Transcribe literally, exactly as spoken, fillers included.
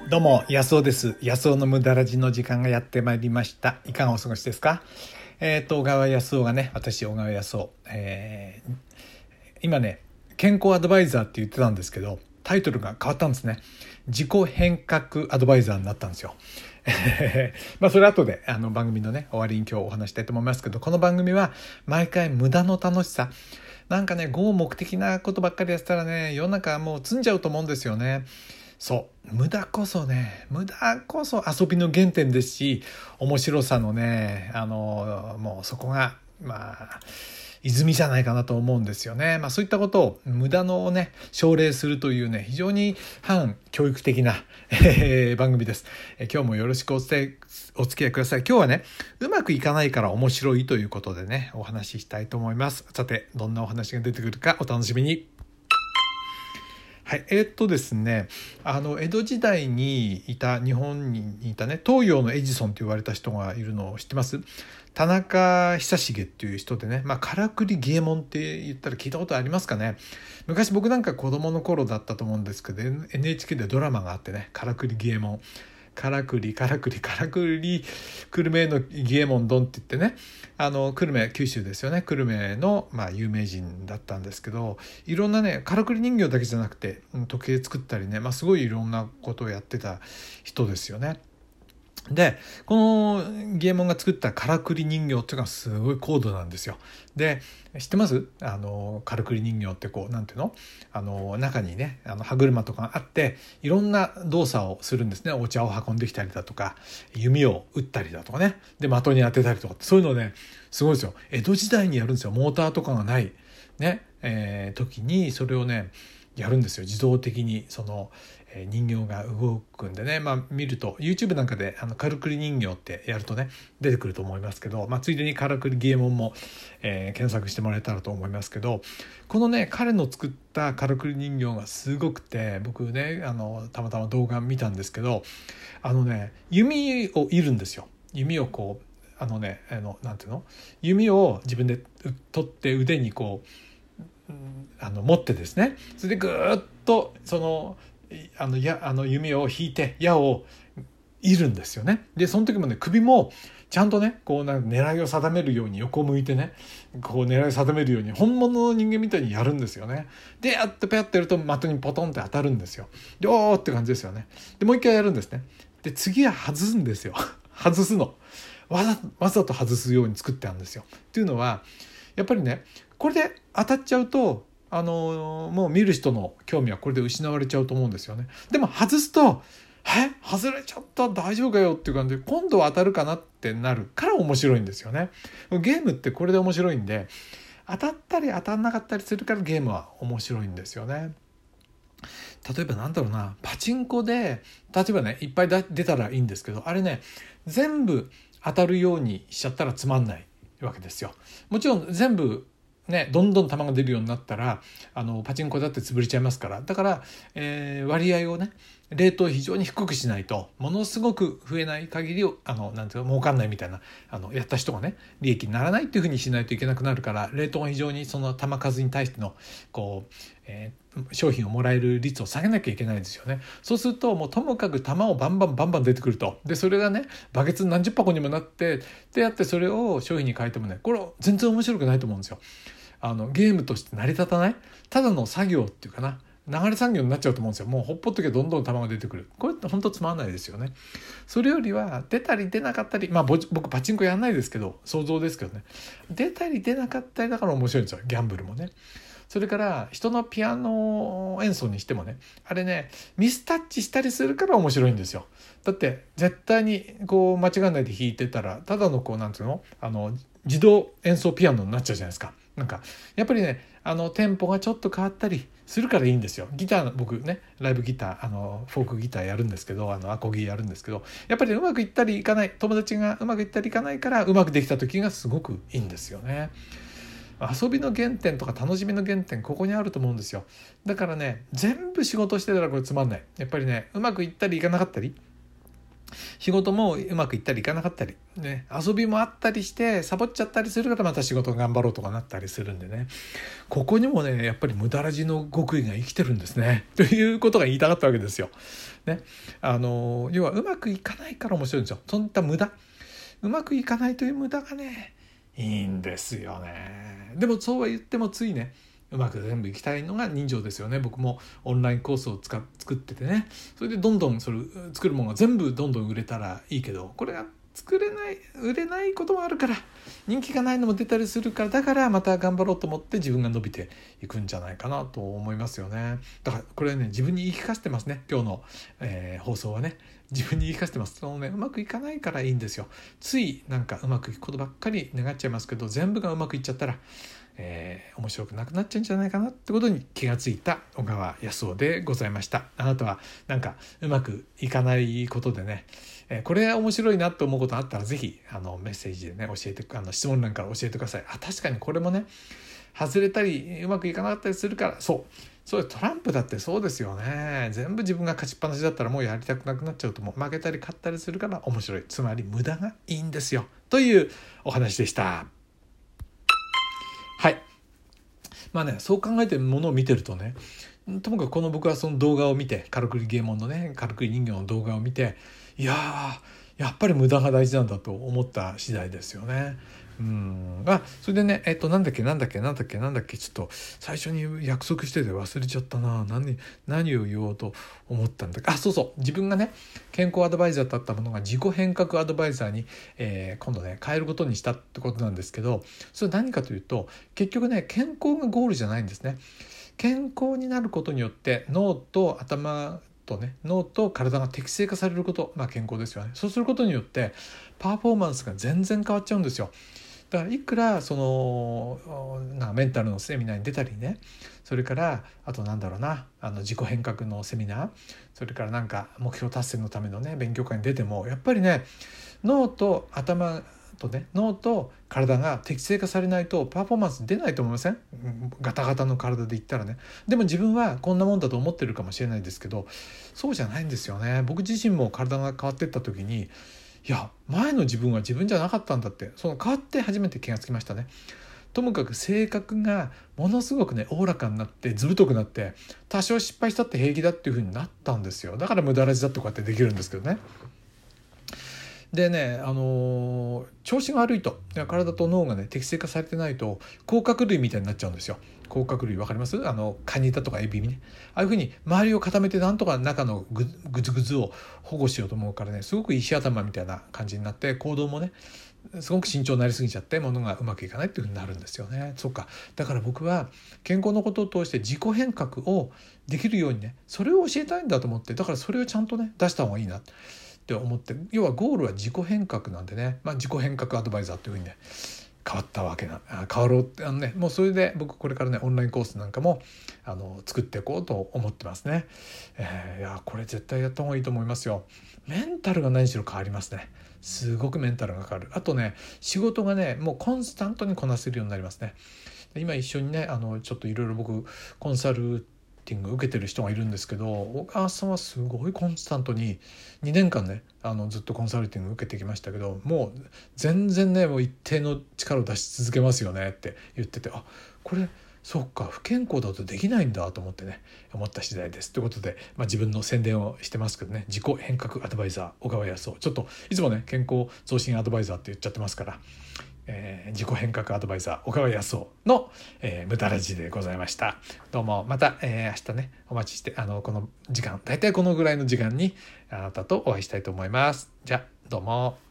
どうも安尾です。安尾の無駄ラジの時間がやってまいりました。いかがお過ごしですか？えっ、と小川康夫がね、私小川康夫、えー、今ね健康アドバイザーって言ってたんですけど、タイトルが変わったんですね。自己変革アドバイザーになったんですよ。まあそれ後であの番組のね終わりに今日お話したいと思いますけど、この番組は毎回無駄の楽しさ、なんかね合目的なことばっかりやってたらね、世の中もう詰んじゃうと思うんですよね。そう無駄こそね無駄こそ遊びの原点ですし、面白さのねあのもうそこがまあ泉じゃないかなと思うんですよね。まあそういったことを無駄のね奨励するというね非常に反教育的な、えー、番組です。え今日もよろしくお伝えお付き合いください。今日はねうまくいかないから面白いということでねお話ししたいと思います。さてどんなお話が出てくるかお楽しみに。はい、えー、っとですねあの江戸時代にいた日本にいたね東洋のエジソンと言われた人がいるのを知ってます？田中久重っていう人でね、まあからくり芸門って言ったら聞いたことありますかね。昔僕なんか子供の頃だったと思うんですけど エヌエイチケー でドラマがあってね、からくり芸門、からくりからくりからくり久留米の義右衛門どんって言ってね、あの久留米九州ですよね、久留米の、まあ、有名人だったんですけど、いろんなねからくり人形だけじゃなくて時計作ったりね、まあ、すごいいろんなことをやってた人ですよね。でこの義右衛門が作ったからくり人形っていうのがすごい高度なんですよ。で知ってます？あのからくり人形ってこうなんていうの、あの中にねあの歯車とかがあっていろんな動作をするんですね。お茶を運んできたりだとか弓を打ったりだとかね、で的に当てたりとか、そういうのねすごいですよ。江戸時代にやるんですよ。モーターとかがないね、えー、時にそれをねやるんですよ。自動的にその人形が動くんでね、まあ見ると YouTube なんかであのからくり人形ってやるとね出てくると思いますけど、まあついでにからくりゲームも、えー、検索してもらえたらと思いますけど、このね彼の作ったからくり人形がすごくて、僕ねあのたまたま動画見たんですけど、あのね弓を射るんですよ。弓をこうあのねあのなんていうの、弓を自分で取って腕にこうあの持ってですね、それでぐーっとそのあのやあの弓を引いて矢を射るんですよね。でその時もね首もちゃんとねこうなんか狙いを定めるように横向いてね、こう狙いを定めるように本物の人間みたいにやるんですよね。でやってペアってやると的にポトンって当たるんですよ。でおーって感じですよね。でもう一回やるんですね。で次は外すんですよ。外すのわざわざと外すように作ってあるんですよ。っていうのはやっぱりねこれで当たっちゃうとあのもう見る人の興味はこれで失われちゃうと思うんですよね。でも外すとえ外れちゃった大丈夫かよっていう感じで今度は当たるかなってなるから面白いんですよね。ゲームってこれで面白いんで、当たったり当たんなかったりするからゲームは面白いんですよね。例えばなんだろうな、パチンコで例えばねいっぱい出たらいいんですけど、あれね全部当たるようにしちゃったらつまんないわけですよ。もちろん全部ね、どんどん球が出るようになったらあのパチンコだって潰れちゃいますから、だから、えー、割合をねレートを非常に低くしないとものすごく増えない限りあのなんていうか儲かんないみたいな、あのやった人がね利益にならないっていうふうにしないといけなくなるから、レートが非常にその球数に対してのこう、えー、商品をもらえる率を下げなきゃいけないですよね。そうするともうともかく球をバンバンバンバン出てくると、でそれがねバケツ何十箱にもなってでやってそれを商品に変えてもねこれ全然面白くないと思うんですよ。あのゲームとして成り立たない、ただの作業っていうかな流れ産業になっちゃうと思うんですよ。もうほっぽっとけどんどん球が出てくる、これって本当つまんないですよね。それよりは出たり出なかったり、まあ僕パチンコやんないですけど想像ですけどね、出たり出なかったりだから面白いんですよ、ギャンブルもね。それから人のピアノ演奏にしてもね、あれねミスタッチしたりするから面白いんですよ。だって絶対にこう間違わないで弾いてたらただのこうなんていうのあの自動演奏ピアノになっちゃうじゃないですか。なんかやっぱりねあのテンポがちょっと変わったりするからいいんですよ。ギター僕ねライブギターあのフォークギターやるんですけど、あのアコギやるんですけど、やっぱりうまくいったりいかない、友達がうまくいったりいかないからうまくできた時がすごくいいんですよね。遊びの原点とか楽しみの原点ここにあると思うんですよ。だからね全部仕事してたらこれつまんない。やっぱりねうまくいったりいかなかったり仕事もうまくいったりいかなかったり、ね、遊びもあったりしてサボっちゃったりするからまた仕事頑張ろうとかなったりするんでね、ここにもねやっぱり無駄ラジの極意が生きてるんですねということが言いたかったわけですよ。ね、あの要はうまくいかないから面白いんですよ。そういった無駄、うまくいかないという無駄がねいいんですよね。でもそうは言ってもついねうまく全部いきたいのが人情ですよね。僕もオンラインコースを使っ作っててね、それでどんどんそれ作るものが全部どんどん売れたらいいけど、これが作れない売れないこともあるから、人気がないのも出たりするから、だからまた頑張ろうと思って自分が伸びていくんじゃないかなと思いますよね。だからこれね自分に言い聞かせてますね。今日の、えー、放送はね自分に言い聞かせてます。そのねうまくいかないからいいんですよ。ついなんかうまくいくことばっかり願っちゃいますけど、全部がうまくいっちゃったらえー、面白くなくなっちゃうんじゃないかなってことに気がついた小川康夫でございました。あなたはなんかうまくいかないことでね、えー、これ面白いなと思うことあったらぜひあのメッセージでね教えて、あの質問欄から教えてください。あ、確かにこれもね外れたりうまくいかなかったりするから、そうそうトランプだってそうですよね。全部自分が勝ちっぱなしだったらもうやりたくなくなっちゃうと、もう負けたり勝ったりするから面白い、つまり無駄がいいんですよというお話でした。はい。まあね、そう考えてものを見てるとね、ともかくこの僕はその動画を見て、カルクリゲーモンのね、カルクリ人形の動画を見て、いやー、やっぱり無駄が大事なんだと思った次第ですよね。うん。あ、それでね、えっと、なんだっけ、なんだっけ、なんだっけ、なんだっけ、ちょっと最初に約束してて忘れちゃったな。何、何を言おうと思ったんだっけ。あ、そうそう。自分がね、健康アドバイザーだったものが自己変革アドバイザーに、えー、今度ね、変えることにしたってことなんですけど、それ何かというと、結局ね、健康がゴールじゃないんですね。健康になることによって脳と頭とね、脳と体が適正化されること、まあ健康ですよね。そうすることによってパフォーマンスが全然変わっちゃうんですよ。だからいくらそのなんかメンタルのセミナーに出たりね、それからあとなんだろうな、あの自己変革のセミナー、それからなんか目標達成のためのね勉強会に出ても、やっぱりね脳と頭とね脳と体が適正化されないとパフォーマンス出ないと思いません？ガタガタの体で言ったらね。でも自分はこんなもんだと思ってるかもしれないですけど、そうじゃないんですよね。僕自身も体が変わっていった時に、いや前の自分は自分じゃなかったんだって、その変わって初めて気がつきましたね。ともかく性格がものすごくねおおらかになって図太くなって、多少失敗したって平気だっていう風になったんですよ。だから無駄ラジだってこうやってできるんですけどね。でね、あのー、調子が悪いと体と脳がね適正化されてないと甲殻類みたいになっちゃうんですよ。甲殻類わかります？あのカニだとかエビね、ああいうふうに周りを固めてなんとか中のググズグズを保護しようと思うからね、すごく石頭みたいな感じになって、行動もねすごく慎重になりすぎちゃって物がうまくいかないっていうふうになるんですよね。そうか。だから僕は健康のことを通して自己変革をできるようにね、それを教えたいんだと思って、だからそれをちゃんとね出した方がいいなって思って、要はゴールは自己変革なんでね、まあ、自己変革アドバイザーというふうにね変わったわけな変わろうってあのね、もうそれで僕これからねオンラインコースなんかもあの作っていこうと思ってますね。えー、いやこれ絶対やった方がいいと思いますよ。メンタルが何しろ変わりますね。すごくメンタルが変わる。あとね仕事がねもうコンスタントにこなせるようになりますね。今一緒にねあのちょっといろいろ僕コンサルティング受けてる人がいるんですけど、小川さんはすごいコンスタントににねんかんねあのずっとコンサルティング受けてきましたけど、もう全然ねもう一定の力を出し続けますよねって言ってて、あこれそっか不健康だとできないんだと思ってね思った次第です。ということで、まあ、自分の宣伝をしてますけどね、自己変革アドバイザー小川康夫、ちょっといつもね健康増進アドバイザーって言っちゃってますから、えー、自己変革アドバイザー小川康夫の、えー、無駄ラジでございました。どうもまた、えー、明日ねお待ちして、あのこの時間だいたいこのぐらいの時間にあなたとお会いしたいと思います。じゃあどうも。